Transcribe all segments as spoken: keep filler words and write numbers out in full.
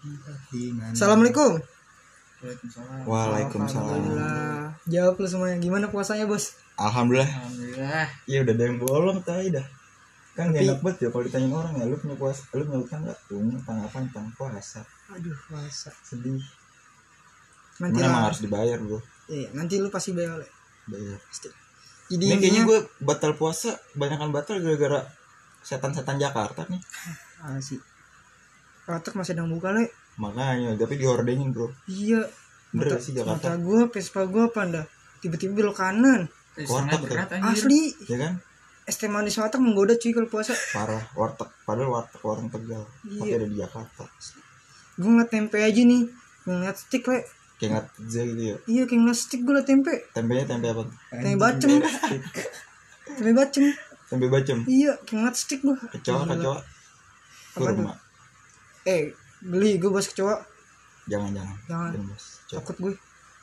Assalamualaikum. Waalaikumsalam. Alhamdulillah. Jawab lu semuanya. Gimana puasanya, Bos? Alhamdulillah. Alhamdulillah. Iya udah ada yang bolong tadi dah. Kan Tapi- gak enak banget ya kalau ditanyain orang ya, lu punya puasa, lu punya utang enggak? Punya, utang apa? Utang puasa. Aduh, puasa. Sedih. Nanti Cuman emang lah. harus dibayar, Bro. Iya, nanti lu pasti bayar. Le. Bayar. Pasti. Jadi Ini kayaknya intinya gue batal puasa, banyakan batal gara-gara setan-setan Jakarta nih. ah, sih. Warteg masih sedang buka, Le. Makanya, tapi dihordengin, Bro. Iya. Bener Mata, sih Jakarta. mata gua, Vespa gua apa anda? Tiba-tiba belok kanan. Warteg tuh. berat anjir. Asli. Ya kan? Es teh manis warteg menggoda cuy kalau puasa. Parah, warteg. Padahal warteg warung Tegal. Tapi Iya. ada di Jakarta. Gue ngeliat tempe aja nih. Ngeliat stick, Le. Kayak nggak pizza gitu ya. Iya, kayak ngeliat stick gue liat tempe. Tempenya tempe apa? Tempe bacem. Tempe bacem. Tempe bacem. Iya, kayak ngeliat stick gua. Kecoa, kecoa. Kurma. Eh, beli gue bos kecoa. Jangan, jangan. Jangan. Jangan, Bos. Coba. Takut gue.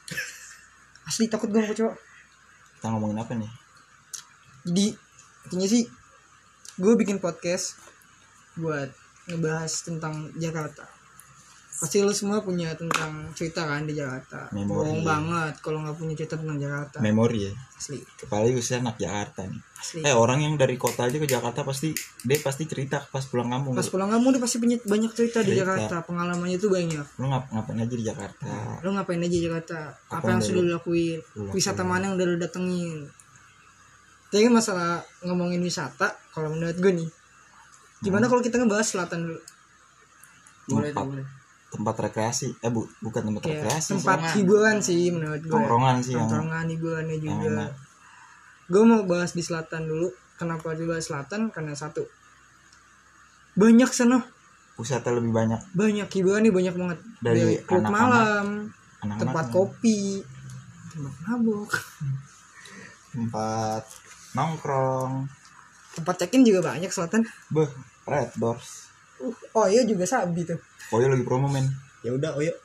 Asli takut gue sama kecoa. Kita ngomongin apa nih? Jadi intinya sih gue bikin podcast buat ngebahas tentang Jakarta. Pasti lo semua punya tentang cerita kan di Jakarta. Memori. Bohong banget kalau nggak punya cerita tentang Jakarta. Memori ya. Asli, Apalagi usia anak Jakarta nih. asli. Eh orang yang dari kota aja ke Jakarta pasti dia pasti cerita pas pulang kampung. Pas pulang kamu dia pasti punya banyak cerita di Cerita. Jakarta. Pengalamannya tuh banyak. Lu ngap ngapain aja di Jakarta? Lo ngapain aja di Jakarta? Apa, Apa yang yang sudah udah lo lakuin? lu Wisata lakuin? mana yang udah lo datengin? Tapi kan masalah ngomongin wisata, kalau menurut gue nih, gimana kalau kita ngebahas selatan dulu? Boleh tuh, Tempat, boleh. tempat rekreasi. Eh bu, bukan tempat Kayak rekreasi. tempat tongkrongan. hiburan sih menurut gue. Tongkrongan sih yang Tongkrongan hiburannya yang juga. enak. Gue mau bahas di selatan dulu. Kenapa dibahas selatan? Karena satu, banyak sana, Pusatnya lebih banyak banyak hiburan nih, banyak banget. Dari Dari klub anak-anak, malam, anak-anak. tempat nih. kopi, tempat mabuk, Tempat nongkrong. tempat check-in juga banyak selatan. Beh, Red Doors. Uh, oh iya juga Sabi tuh. Oh ya lagi promo men. Ya udah, oh iya.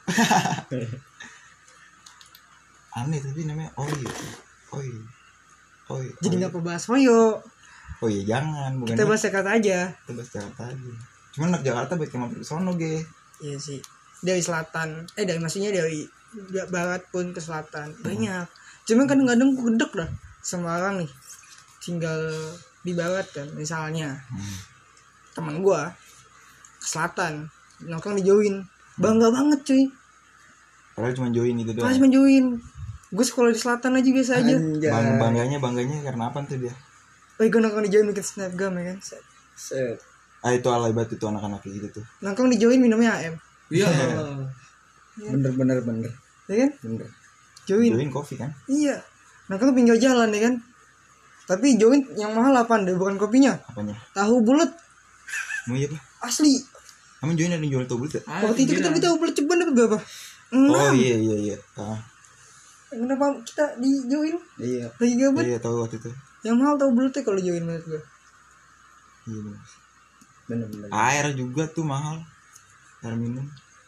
Aneh tapi namanya Oi. Oi. Oi. Jadi Oi. nggak bahas Hoyo. Oh iya jangan, bukan Kita bahas Jakarta aja. kita bahas Jakarta aja. Cuman anak Jakarta baik yang mampir ke sono ge. Iya sih. Dari selatan, eh dari maksudnya dari barat pun ke selatan banyak. Cuman kadang-kadang gue gedek dah sama orang nih tinggal di barat kan, misalnya Hmm. teman gue ke selatan nongkrong di Join, bangga banget cuy. Padahal cuma join itu doang. Pas menjoin, gue sekolah di selatan aja biasa aja. Bang bangganya bangganya karena apa tuh dia? Oh gue nongkrong di Join bikin snapgram ya kan. Set. Set. Ah itu alay banget itu anak-anak kayak gitu tuh. Nongkrong di Join minumnya A M, Iya. bener bener bener ya kan? bener Join. Join kopi kan? Iya. Nongkrong pinggir jalan ya kan. Tapi Join yang mahal apaan deh, bukan kopinya. Apanya? Tahu bulat Mau iya pak? asli. Kamu join ada yang jual tuh ya? Waktu itu kita beli tahu bulat ceban dapat berapa? Oh Enam. iya iya iya. Ah, Kenapa kita di Join iya lagi gabut? iya tahu waktu itu. Yang mahal tahu bulatnya kalau Join menurut gue. Iya bener. bener bener Air juga tuh mahal. Air minum.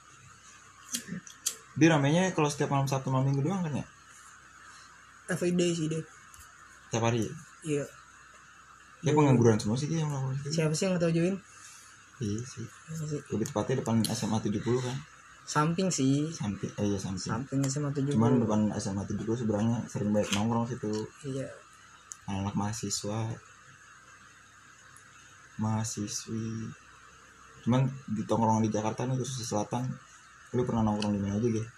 Dia ramenya kalau setiap malam Sabtu malam Minggu doang kan ya? Everyday sih deh. Setiap hari. Iya. Ya pengangguran semua sih dia yang melakukan itu. Siapa sih yang nggak tahu Join? Iya sih. Siapa sih? Lebih tepatnya depan S M A tujuh puluh kan? Samping sih. Samping, eh iya samping. Samping S M A tujuh Cuman puluh. depan S M A tujuh puluh sebenarnya sering banyak nongkrong situ. Iya. Anak mahasiswa, mahasiswi. Cuman di tongkrongan di Jakarta nih khusus di selatan, lu pernah nongkrong di mana aja gitu?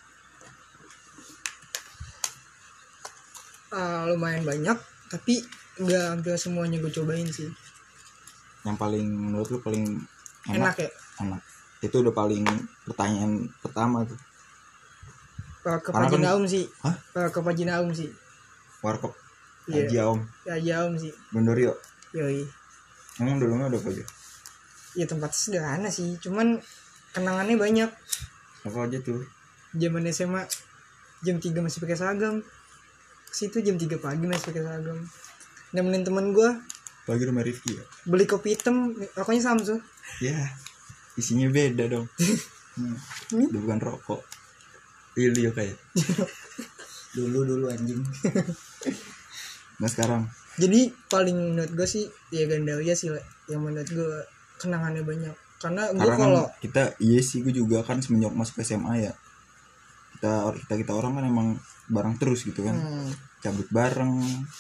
Ah, lumayan banyak, tapi nggak hampir semuanya gue cobain sih. Yang paling menurut lu paling Enak, enak? ya? Enak. Itu udah paling pertanyaan pertama tuh. Kalau ke Karena kan- Pajinaum sih. Hah? Kalau ke Pajinaum sih. Warkop Iya. Haji Aom, Ya Jaum sih. Bondorio. Yoi. Emang dulunya udah apa aja? Ya tempat sederhana sih, cuman kenangannya banyak. Apa aja tuh? Zaman S M A jam tiga masih pakai seragam. Situ jam tiga pagi masih pakai seragam. Nemenin temen gue Lagi rumah Rifki ya? beli kopi hitam, rokoknya Samsu. Ya, isinya beda dong. Hmm. Hmm? Udah bukan rokok. Ilio kayak. dulu dulu anjing Nah sekarang Jadi paling menurut gue sih ya Gandaria sih Le. Yang menurut gue kenangannya banyak. Karena gue Karena kan kalau kita iya sih gue juga kan semenjak masuk S M A ya. Kita kita kita orang kan emang bareng terus gitu kan. hmm, Cabut bareng.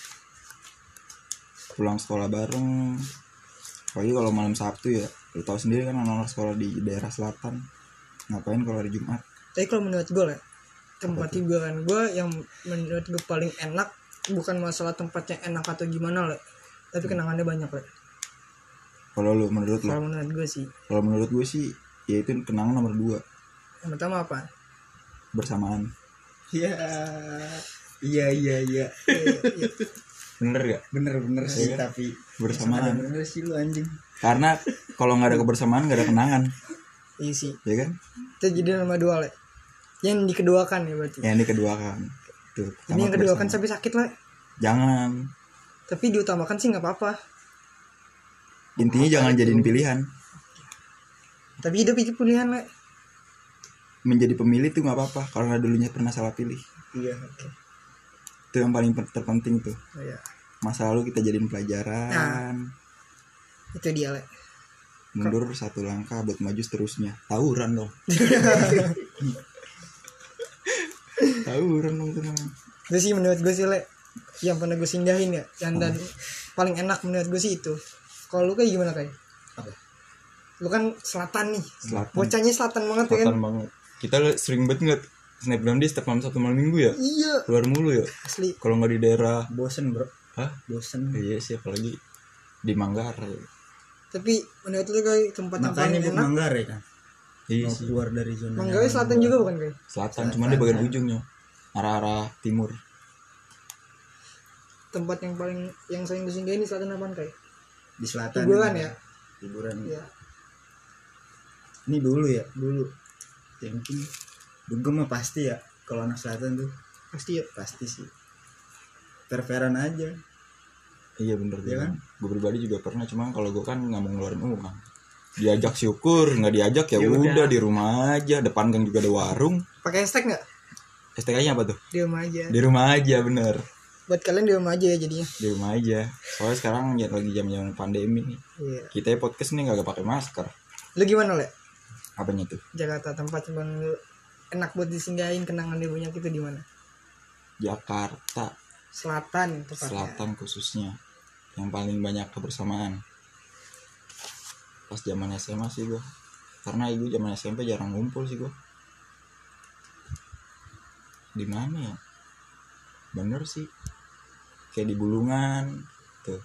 Pulang sekolah bareng. Apalagi kalau malam Sabtu ya. Lu tahu sendiri kan anak-anak sekolah di daerah selatan ngapain kalau hari Jumat. tapi kalau menurut gue lah tempat hiburan gue yang menurut gue paling enak bukan masalah tempatnya enak atau gimana lah, tapi kenangannya banyak lah. Kalau lu menurut lu? Kalau menurut gue sih Kalau menurut gue sih ya itu kenangan nomor dua. yang pertama apa? Bersamaan. Iya. Iya iya iya. Iya, iya. Bener gak? Bener-bener sih Iya. tapi Bersamaan. bener sih lu anjing. Karena kalau nggak ada kebersamaan nggak ada kenangan, Iya sih. ya kan? Itu jadi nomor dua lah. Yang dikeduakan ya berarti. Yang dikeduakan. Tuh. Ini yang keduakan sampai sakit lah. Jangan. Tapi diutamakan sih nggak apa-apa. Intinya jangan jadiin pilihan. Tapi hidup itu pilihan lah. Menjadi pemilih tuh nggak apa-apa. Karena dulunya pernah salah pilih. Iya. Itu yang paling pen- terpenting tuh. Oh, iya. Masa lalu kita jadiin pelajaran. Itu dia lah. Mundur satu langkah buat maju seterusnya. Tawuran dong. Tawuran dong tuh. Itu sih menurut gue sih le yang pernah gue singgahin ya, yang dan paling enak menurut gue sih itu. Kalau lu kayak gimana kayak? Apa? Lu kan selatan nih. Selatan. Bocahnya selatan banget ya kan? Selatan banget. Kita sering banget ngeliat snapgram dia setiap malam satu malam minggu ya. Iya. Keluar mulu ya. Asli. Kalau nggak di daerah. Bosen bro. Hah? Bosen. Iya sih apalagi di Manggarai. Tapi menurut lu kayak tempat yang paling Makanya gue enak. Manggarai kan. Iya Mau sih. keluar dari zona. Manggarai selatan juga bukan kayak? Selatan, cuman di bagian ujungnya. Arah-arah timur. Tempat yang paling yang sering disinggahin di selatan apaan kayak? Di selatan. Hiburan ya? Hiburan. Iya. Ini dulu ya, dulu. Camping. Dugem mah pasti ya. Kalau anak selatan tuh Pasti ya. pasti sih. Fair-fairan aja. Iya bener Iya kan? Gue pribadi juga pernah, cuma kalau gue kan nggak mau ngeluarin uang. Diajak syukur, nggak diajak ya Yaudah. udah di rumah aja. Depan gang juga ada warung. Pakai hashtag nggak? S T K-nya apa tuh? Di rumah aja. Di rumah aja bener. Buat kalian di rumah aja ya jadinya. Di rumah aja. Soalnya sekarang ya lagi jam-jam pandemi nih. Iya. Kita ya podcast nih nggak pakai masker. Lu gimana le? Apanya tuh? Jakarta tempat yang paling lu enak buat disinggahin kenangan dia banyak itu di mana? Jakarta Selatan tepatnya. Selatan khususnya. Yang paling banyak kebersamaan. Pas zaman S M A sih gue. Karena ibu zaman S M P jarang ngumpul sih gue. Di mana ya? Bener sih. Kayak di Bulungan tuh.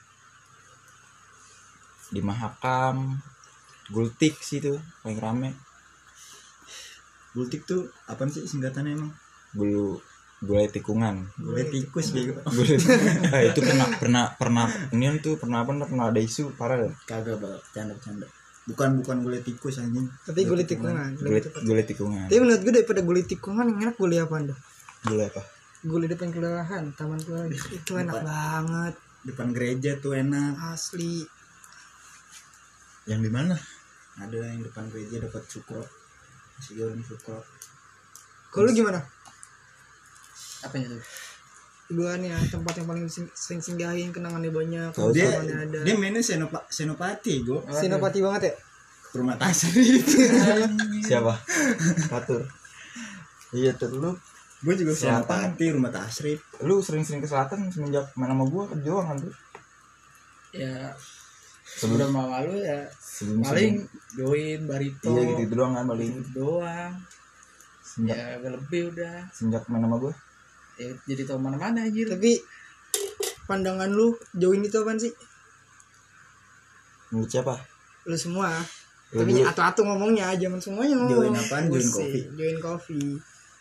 Di Mahakam, Gultik sih tuh paling rame. Gultik tuh apaan sih singkatannya emang? Gulu gulai tikungan. Gue tikus bego. Gulai. Eh, itu pernah pernah pernah ini tuh pernah apa pernah ada isu parah ya. Kagak banget, canda-canda. Bukan bukan gue tikus anjing. Tapi gulit tikungan. Gulai Lebih tepat. gulai tikungan. Tapi menurut gue daripada gulit tikungan yang enak gulai apa anda? Gulai apa? Gulai depan kelurahan, taman kelurahan itu enak Depan. banget, Depan gereja tuh enak. asli. Yang di mana? Ada yang depan gereja dapat sukro. Masih goreng sukro. Kalau lu gimana? Apanya tuh? Hiburannya, tempat yang paling sing- sering singgahin, kenangannya banyak, Tahu Dia kenangannya ada. dia mainnya senopa, senopati gue. Senopati banget ya? Rumah Tasri itu. Siapa? Fatur. Iya tuh lu Gue juga Selatan. senopati rumah Tasri. lu sering-sering ke selatan semenjak main sama gua ke Jawa kan tuh. Ya Sebelum sebelum lalu ya sebelum paling join barito. iya gitu, gitu doang kan paling Gitu doang. semenjak Ya gak lebih udah. semenjak main sama gua. Ya jadi tau mana-mana anjir. Tapi pandangan lu join itu apaan sih? Menurut siapa? Lu semua. Lu Tapi dulu. atu-atu ngomongnya, zaman semuanya ngomong. Join apaan? Join Buset, coffee. Join coffee.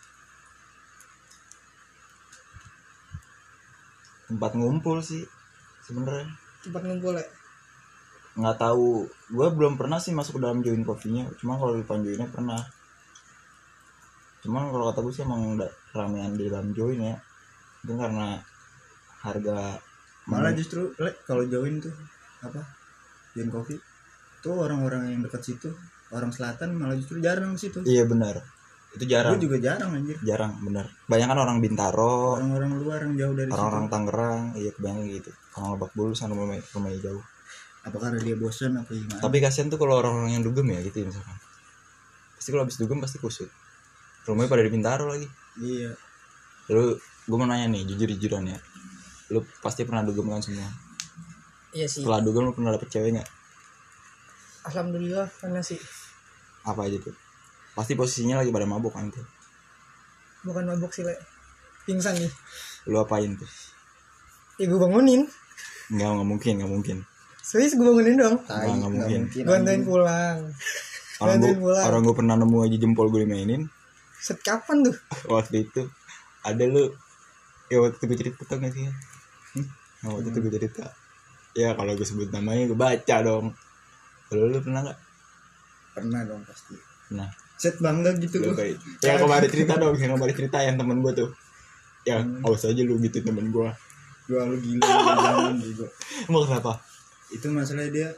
Tempat ngumpul sih sebenarnya. Tempat ngumpul ya. Nggak tahu, gua belum pernah sih masuk ke dalam join coffee-nya. Cuma kalau di depan joinnya pernah. Cuman kalau kata gue sih emang udah ramean di dalam join ya. Mungkin karena harga Malah justru Le, kalau join tuh apa? Join kopi. Tuh orang-orang yang dekat situ, orang selatan malah justru jarang ke situ. Iya benar. Itu jarang. Gue juga jarang anjir. Jarang benar. Banyak kan orang Bintaro, Orang-orang luar yang jauh dari orang-orang situ. Tangerang, iya kebanyakan gitu. Orang Lebak Bulus sama rumah rumahnya jauh. apa karena dia bosan apa gimana. Tapi kasihan tuh kalau orang-orang yang dugem ya gitu ya misalkan. Pasti kalau habis dugem pasti kusut. Rumahnya pada di Bintaro lagi. Iya. Lu gue mau nanya nih jujur-jujuran ya. Lu pasti pernah dugem kan semua. Iya sih. Setelah dugem lu pernah dapet cewek nggak? Alhamdulillah karena sih. Apa aja tuh? Pasti posisinya lagi pada mabuk kan tuh. Bukan mabuk sih, Le. Pingsan nih. Lu apain tuh? Ya gue bangunin. Enggak, enggak mungkin, enggak mungkin. Serius gue bangunin dong. Tai, Nggak, nggak mungkin. Gue anterin pulang. Orang Bantuin gue pulang. orang gue pernah nemu aja jempol gue dimainin. Set kapan tuh? Waktu itu ada lu ya waktu itu gue cerita tuh nggak sih? Hmm? Nah, waktu itu gue cerita. Ya kalau gue sebut namanya gue baca dong. Kalau lu pernah nggak? Pernah dong pasti. Nah, Set bangga gitu lu gua. kayak ya kemarin cerita dong, yang kemarin cerita yang temen gue tuh. Ya, awas aja lu gitu temen gue. Gua lu gila jangan juga. Emang kenapa? Itu masalah dia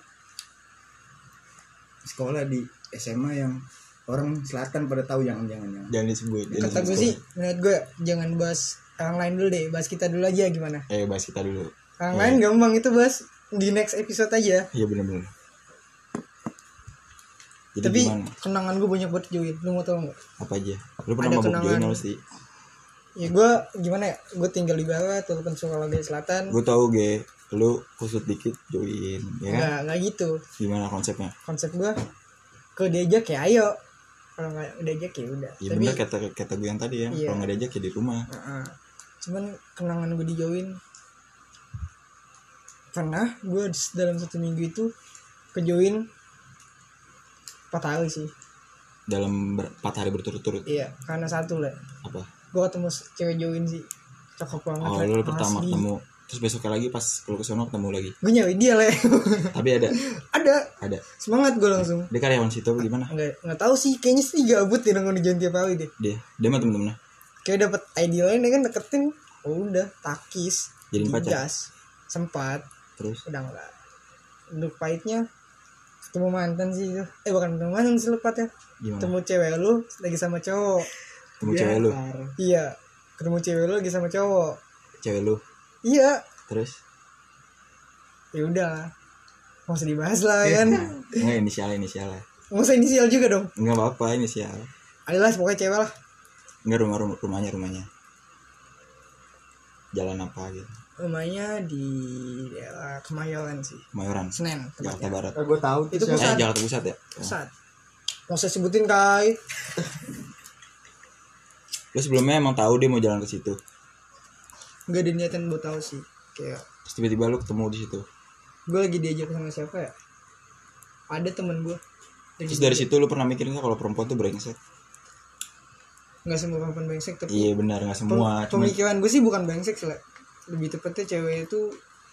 sekolah di S M A yang orang selatan pada tahu jangan jangan jangan. Jangan disebut. jangan Kata gue disebut. sih, menurut gue jangan bahas orang lain dulu deh, bahas kita dulu aja gimana. Eh, bahas kita dulu. Orang Iya. lain gampang itu bahas di next episode aja. Iya benar-benar. Jadi Tapi gimana? kenangan gue banyak buat Join. Lu mau tau gak? Apa aja? Lu pernah Ada mabuk kenangan. join nggak sih? Ya gue gimana ya? Gue tinggal di Barat walaupun sekolah di Selatan. Gue tau ge, lu kusut dikit join, ya kan? Nggak, nggak gitu. Gimana konsepnya? Konsep gue ke diajak ya ayo. Kalau nggak diajak ya udah. Ya Tapi bener kata kata gue yang tadi ya. Iya. Kalau nggak diajak ya di rumah. uh-uh. Cuman kenangan gue di Join pernah gue dalam satu minggu itu ke Join empat hari sih. Dalam ber- empat hari berturut-turut. Iya, karena satu lah. Apa? Gue ketemu cewek Join sih. Cakep banget. Oh, Le. lu pertama Asli. ketemu. Terus besoknya lagi pas kalau ke sono ketemu lagi. Gue nyari dia le. Tapi ada, Ada. ada. Semangat gue langsung. Dia karyawan situ apa gimana? Nggak, nggak tahu sih. Kayaknya sih gabut dia nongkrong di Join tiap hari deh. Dia, dia mah temen-temennya. Kayak dapat I D lain dia kan deketin. Oh udah, takis. Jadiin pacar? Digas. Sempat. Terus Udah enggak. Untuk pahitnya ketemu mantan sih itu. Eh bukan ketemu mantan sih lepatnya. gimana? Ketemu cewek lu lagi sama cowok. Ketemu cewek lu, Iya. Ketemu cewek lu lagi sama cowok. cewek lu. Iya. Terus? Ya udah. Mau usah dibahas lah kan. Enggak inisial inisial lah. Mau usah inisial juga dong. Enggak apa-apa inisial. Adalah pokoknya cewek lah. Enggak rumah, rumah rumahnya rumahnya. Jalan apa gitu? Rumahnya di daerah Kemayoran sih. Kemayoran, Senen Jakarta tempatnya. Barat. gue tahu Itu Eh, pusat. Jakarta Pusat ya? Oh. Pusat. Mau saya sebutin kai. Lu sebelumnya emang tahu dia mau jalan ke situ. Enggak ada niatan buat tahu sih. Kayak Terus tiba-tiba lu ketemu di situ. gue lagi diajak sama siapa ya? Ada temen gue. Terus dari situ lu pernah mikir nggak kalau perempuan tuh brengsek? Nggak semua perempuan brengsek tapi Iya benar nggak semua. Pem- pemikiran gue sih bukan brengsek sih, Le. Lebih tepatnya cewek itu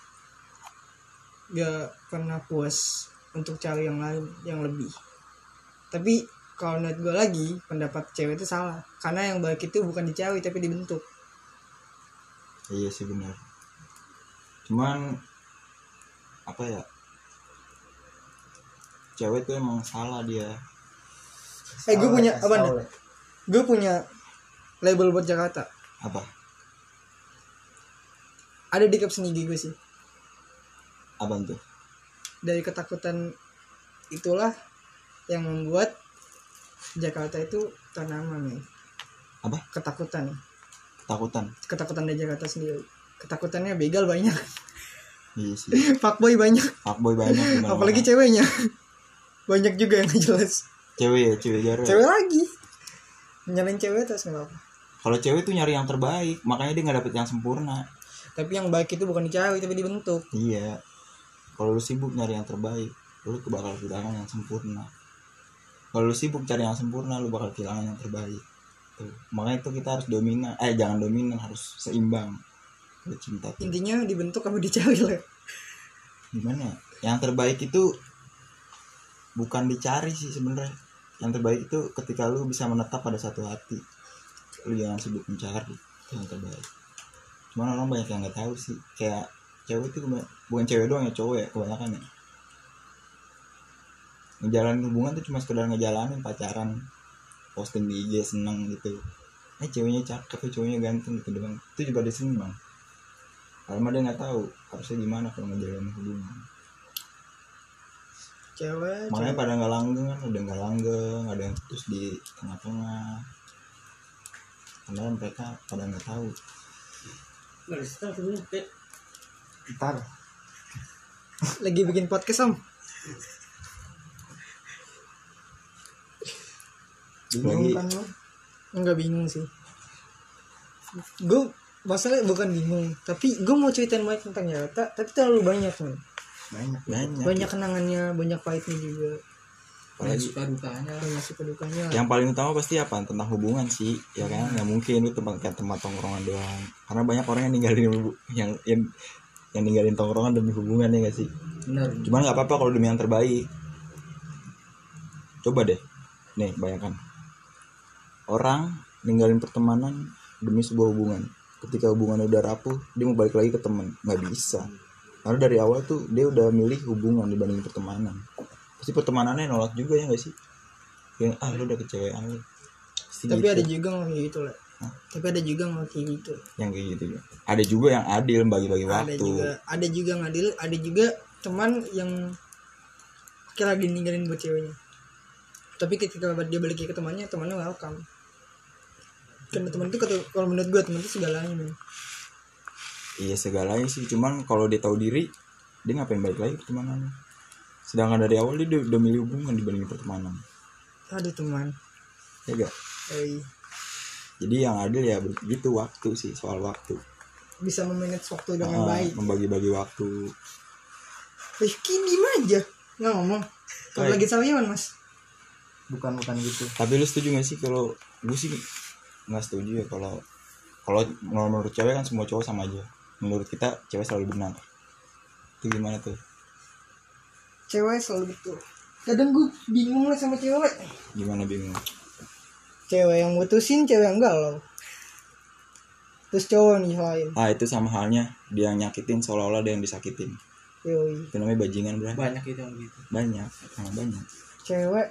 gak pernah puas untuk cari yang lain yang lebih. Tapi kalau menurut gue lagi pendapat cewek itu salah karena yang baik itu bukan dicari tapi dibentuk. Iya sih benar. Cuman apa ya? Cewek tuh emang salah dia. Eh gue punya Kasih apa tahu, nih? Le. Gue punya label buat Jakarta. Apa? Ada di caps nigi gue sih. Abang tuh. Dari ketakutan itulah yang membuat Jakarta itu ternama nih. Apa? Ketakutan. Takutan. Ketakutan dari Jakarta sendiri. Ketakutannya begal banyak. Iya sih. Fuckboy banyak. Fuckboy banyak di mana-mana. Apalagi ceweknya. Banyak juga yang gak jelas. Cewek ya, cewek jarang. Cewek lagi. Nyalain cewek terus gak apa-apa. Kalau cewek tuh nyari yang terbaik, makanya dia nggak dapet yang sempurna. Tapi yang baik itu bukan dicari tapi dibentuk. Iya. Kalau lu sibuk nyari yang terbaik, lu tuh bakal kehilangan yang sempurna. Kalau lu sibuk cari yang sempurna, lu bakal kehilangan yang terbaik. Tuh. Makanya itu kita harus dominan. Eh jangan dominan, harus seimbang. Kalau cinta tuh. Intinya dibentuk apa dicari lah. Gimana ya? Yang terbaik itu bukan dicari sih sebenarnya. Yang terbaik itu ketika lu bisa menetap pada satu hati. Lu jangan sibuk mencari, itu yang terbaik. Cuman orang banyak yang nggak tahu sih. Kayak cewek itu bukan cewek doang ya, cowok ya kebanyakan ya. Ngejalanin hubungan tuh cuma sekedar ngejalanin pacaran, posting di I G seneng gitu. Eh ceweknya cakep, eh, cowoknya ganteng gitu doang. Itu juga dia seneng. Kalau mah dia nggak tahu harusnya gimana kalau ngejalanin hubungan. cewek Makanya cewek. pada nggak langgeng kan, ada nggak langgeng, ada yang putus di tengah-tengah. Karena mereka pada nggak tahu. Nggak bisa tahu kayak Ntar Lagi bikin podcast om. lagi kan lo Enggak bingung sih. Gue masalah bukan bingung, tapi gue mau ceritain banyak tentang Jakarta, tapi terlalu banyak nih. banyak banyak. Banyak kenangannya, banyak pahitnya juga, banyak Apalagi suka dukanya. banyak suka dukanya. yang paling utama pasti apa? Tentang hubungan sih, ya kan? Nggak mungkin itu tempat kayak tempat tongkrongan doang. Karena banyak orang yang ninggalin hubu- yang yang yang ninggalin tongkrongan demi hubungan, ya nggak sih? Benar. Cuman nggak apa-apa kalau demi yang terbaik. Coba deh, nih bayangkan orang ninggalin pertemanan demi sebuah hubungan. Ketika hubungannya udah rapuh, dia mau balik lagi ke teman, nggak bisa. Karena dari awal tuh dia udah milih hubungan dibanding pertemanan. Pasti pertemanannya nolak juga, ya nggak sih? Yang ah lu udah kecewean lu. Pasti Tapi gitu. ada juga yang kayak gitu lah. Hah? Tapi ada juga yang kayak gitu. Yang kayak gitu ya. Ada juga yang adil bagi-bagi Ada waktu. juga, ada juga yang adil, ada juga teman yang kira lagi ninggalin buat ceweknya. Tapi ketika dia balik ke temannya, temannya welcome. Karena teman itu kata- kalau menurut gue teman itu segalanya men. Iya segalanya sih, cuman kalau dia tahu diri, dia ngapain balik lagi ke pertemanan. Sedangkan dari awal dia udah, udah milih hubungan dibanding pertemanan. Aduh teman. Ya gak? Eh, Jadi yang adil ya begitu, waktu sih, soal waktu. bisa memanage waktu dengan Ah, baik. membagi-bagi waktu. Rifki diem aja nggak ngomong. Kalau Baik. lagi sama Iwan mas. bukan bukan gitu Tapi lu setuju gak sih kalau gue sih nggak setuju ya kalau kalau menurut cewek kan semua cowok sama aja. Menurut kita cewek selalu benar. Itu gimana tuh? Cewek selalu betul. Kadang gue bingung lah sama cewek. Gimana bingung? Cewek yang mutusin, cewek yang galau. Terus cowok nih lain. Ah itu sama halnya dia yang nyakitin seolah-olah dia yang disakitin. Yoi. Itu namanya bajingan bro. Banyak itu yang gitu. Banyak, sangat banyak. Cewek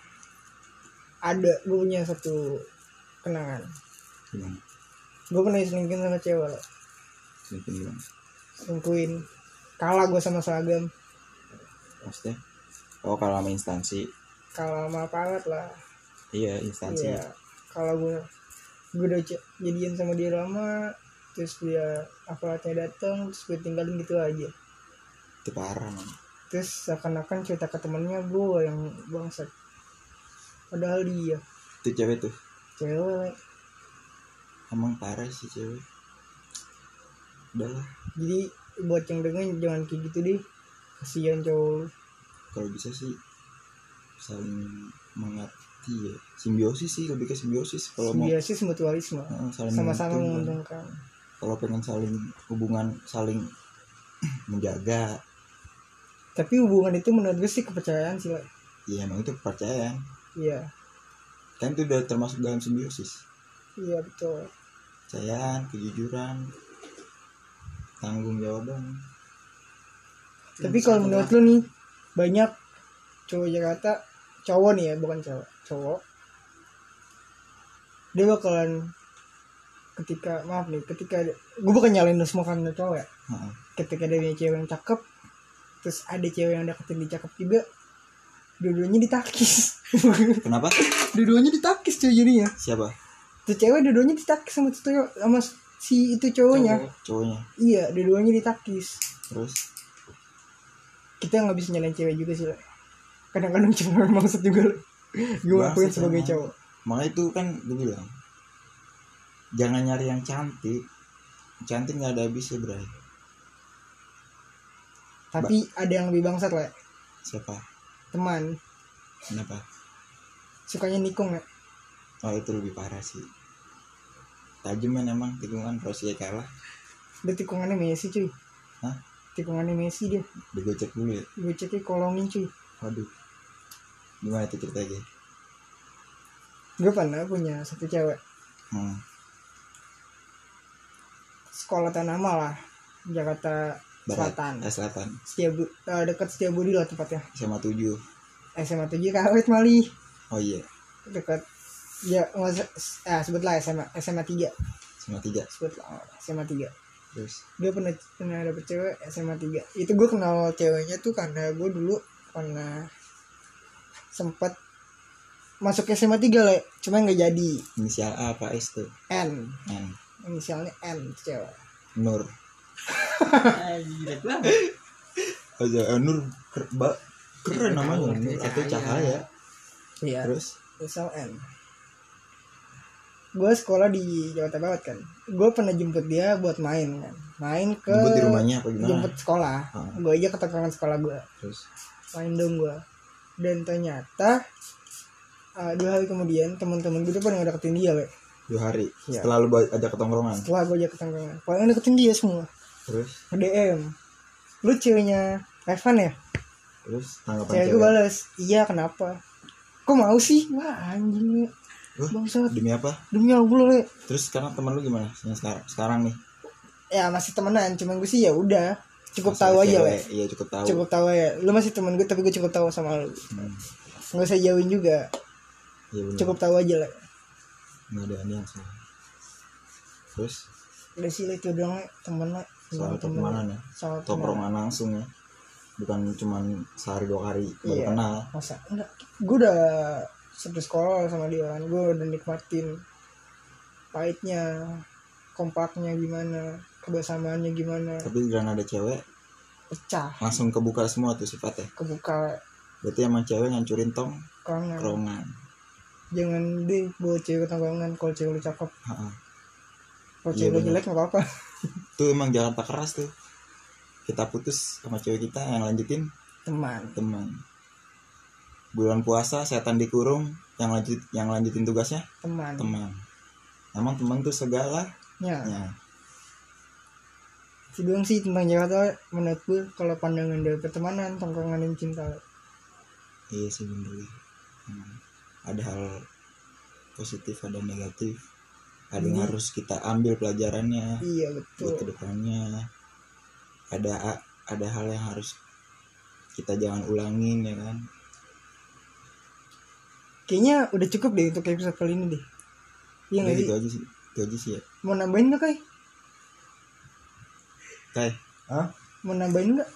ada, gue punya satu kenangan. Gimana? Gue pernah diselingkuhin sama cewek lah. Selingkuh gimana? Selingkuhin. Kalah gue sama seragam. Maksudnya? Oh kalau sama instansi. Kalah sama aparat lah. Iya instansi. Iya. Kalau gue gue udah c- jadian sama dia lama, terus dia aparatnya datang, terus gue tinggalin gitu aja. Itu parah man. Terus seakan-akan cerita ke temennya gue yang bangsat. Padahal dia Itu cewek tuh. cewek. Emang parah sih cewek. Udahlah. Jadi buat yang dengerin jangan kayak gitu deh. Kasihan cowok lu. Kalau bisa sih saling mengerti ya. Simbiosis sih, lebih ke simbiosis. Kalau mau Simbiosis mutualisme. Heeh, saling Sama-sama menguntungkan. menguntungkan. Kalau pengen saling hubungan saling menjaga, Tapi hubungan itu menurut gue sih kepercayaan sih lah. ya emang itu kepercayaan. Iya. Kan itu udah termasuk dalam simbiosis. Iya betul. Kepercayaan, kejujuran, tanggung jawaban. Tapi kalau menurut lu nih banyak cowok Jakarta, cowok nih ya bukan cowok, cowok. Dia bakalan ketika maaf nih, ketika gue bukan nyalain lu semua karena cowok ya. Heeh. Ketika ada cewek yang cakep, terus ada cewek yang deketin dia cakep juga, dua-duanya ditakis. Kenapa? Dua-duanya ditakis cuy jadinya. Siapa? Tuh cewek dua-duanya ditakis sama tuh cowok- sama si itu cowoknya. Cowok. Cowoknya. Iya, dua-duanya ditakis. Terus Kita nggak bisa nyalain cewek juga sih. Le. Kadang-kadang cewek maksud juga. Le. Gue ngakuin Bangsat sebagai emang. cowok. makanya itu kan gue bilang jangan nyari yang cantik. Cantik nggak ada habisnya bray. Tapi ada yang lebih bangsat lah. Siapa? Teman Kenapa? sukanya nikung ya. Oh itu lebih parah sih. Tajam kan emang tikungan kalau sih kalah. Dia tikungannya Messi cuy. Hah? Tikungannya Messi dia. Digocek dulu ya. Gue ceknya kolongin cuy. Waduh. Gimana itu ceritanya? Gue pernah punya satu cewek. Hmm. Sekolah Tanama lah. Jakarta Barat. Selatan. Eh, selatan. Setiabu, uh, dekat Setiabudi lah tempatnya. S M A tujuh. S M A tujuh Kawet Mali. Oh iya. Dekat ya nggak usah- ah sebutlah S M A S M A tiga. S M A tiga. Sebutlah S M A tiga. Terus Dia pernah pernah dapet cewek S M A tiga. Itu gue kenal ceweknya tuh karena gue dulu pernah sempet masuk S M A tiga le, cuma nggak jadi. Inisial A apa S tuh? N, N. inisialnya N cewek. Nur. Jelek banget. Aja eh, Nur ker- ba- keren namanya Nur atau Cahaya. Iya. Terus Inisial N. Gue sekolah di Jawa Barat kan. Gue pernah jemput dia buat main kan. Main ke jemput di rumahnya apa gimana? jemput sekolah. Oh. Gue aja ke tongkrongan sekolah gue. Terus Main dong gue. Dan ternyata uh, dua hari kemudian teman-teman gue tuh pada ngedeketin dia le. dua hari Iya. setelah lu ba- ajak ke tongkrongan. Setelah gue ajak ke tongkrongan, paling deketin dia semua. Terus D M. Lu ceweknya Evan ya? terus tanggapan Cewek cewek. gue balas, iya kenapa? Kok mau sih? Wah anjing le. Wah, Bangsat. demi apa? Demi Allah le. Terus sekarang teman lu gimana? Yang sekarang sekarang nih. Ya masih temenan, cuman gue sih ya udah cukup Masalah tahu aja cewek, le. Iya cukup tahu. Cukup tahu ya. Lu masih temen gue tapi gue cukup tahu sama lu. Hmm. Nggak usah jauhin juga. Iya benar. Cukup tahu aja le. Nggak ada yang salah. Terus Udah sih le itu doang le. Temen le. soal Temen. pertemanan ya. Soal temen. Tongkrongan langsung ya. Bukan cuman sehari dua hari baru Iya. kenal. Masa enggak? Gue udah satu sekolah sama dia kan. Gue udah nikmatin pahitnya, kompaknya gimana, kebersamaannya gimana. Tapi karena ada cewek Pecah, langsung kebuka semua tuh sifatnya. kebuka Berarti emang cewek ngancurin tong kangen. kerongan. Jangan deh bawa cewek ke tongkrongan kalau cewek lu cakep. Ha-ha. Kalau Iya, cewek lu bener. jelek nggak apa-apa. Itu emang Jakarta keras tuh. Kita putus sama cewek kita yang lanjutin Teman. teman. Bulan puasa setan dikurung, yang lanjut yang lanjutin tugasnya Teman. teman. Emang teman tuh segala Ya. ya. Itu doang sih tentang Jakarta menurut gue kalau pandangan dari pertemanan, tongkrongan dan cinta. Iya sih bener. Hmm. Ada hal positif, ada negatif. Ada yang Ini- harus kita ambil pelajarannya Iya buat betul. kedepannya. Ada ada hal yang harus kita jangan ulangin ya kan. Kayaknya udah cukup deh untuk episode kali ini deh. Iya Udah nggak sih? gitu aja sih. Itu aja sih ya. Mau nambahin nggak kai? Kai, Hah? Mau nambahin nggak?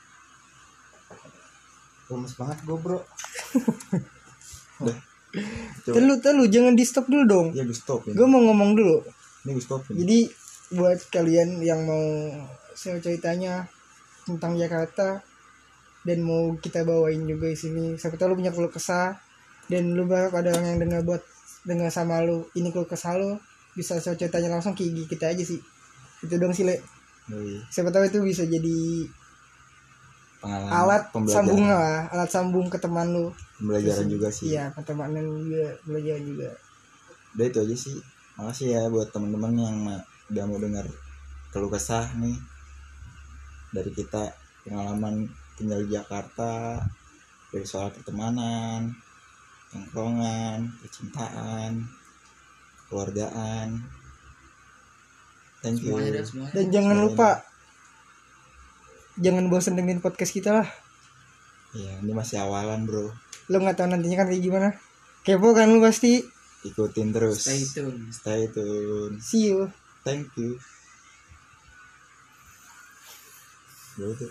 Lemes banget gue bro. udah. Coba. Telu telu jangan di stop dulu dong. Ya gue stop ini. Gue mau ngomong dulu. Ini gue stop ini. Jadi buat kalian yang mau share ceritanya tentang Jakarta dan mau kita bawain juga di sini, siapa tahu lu punya keluh kesah dan lu berharap ada orang yang dengar buat dengar sama lu ini keluh kesah lu, bisa share ceritanya langsung ke I G kita aja sih. Itu dong sih le. Oh, iya. Siapa tahu itu bisa jadi Pengalaman, alat pembelajaran. sambung lah, alat sambung ke teman lu. Pembelajaran juga sih. Iya, pertemanan juga, belajar juga. Udah itu aja sih. Makasih ya buat teman-teman yang ma- udah mau dengar keluh kesah nih dari kita, pengalaman tinggal di Jakarta, dari soal pertemanan, tongkrongan, percintaan, keluargaan. Thank you. Semuanya dah semuanya. Dan jangan lupa jangan bosan dengerin podcast kita lah. Iya, ini masih awalan bro. Lo nggak tahu nantinya kan kayak gimana. Kepo kan lu pasti. Ikutin terus. Stay tune. Stay tune. See you. Thank you. Gitu.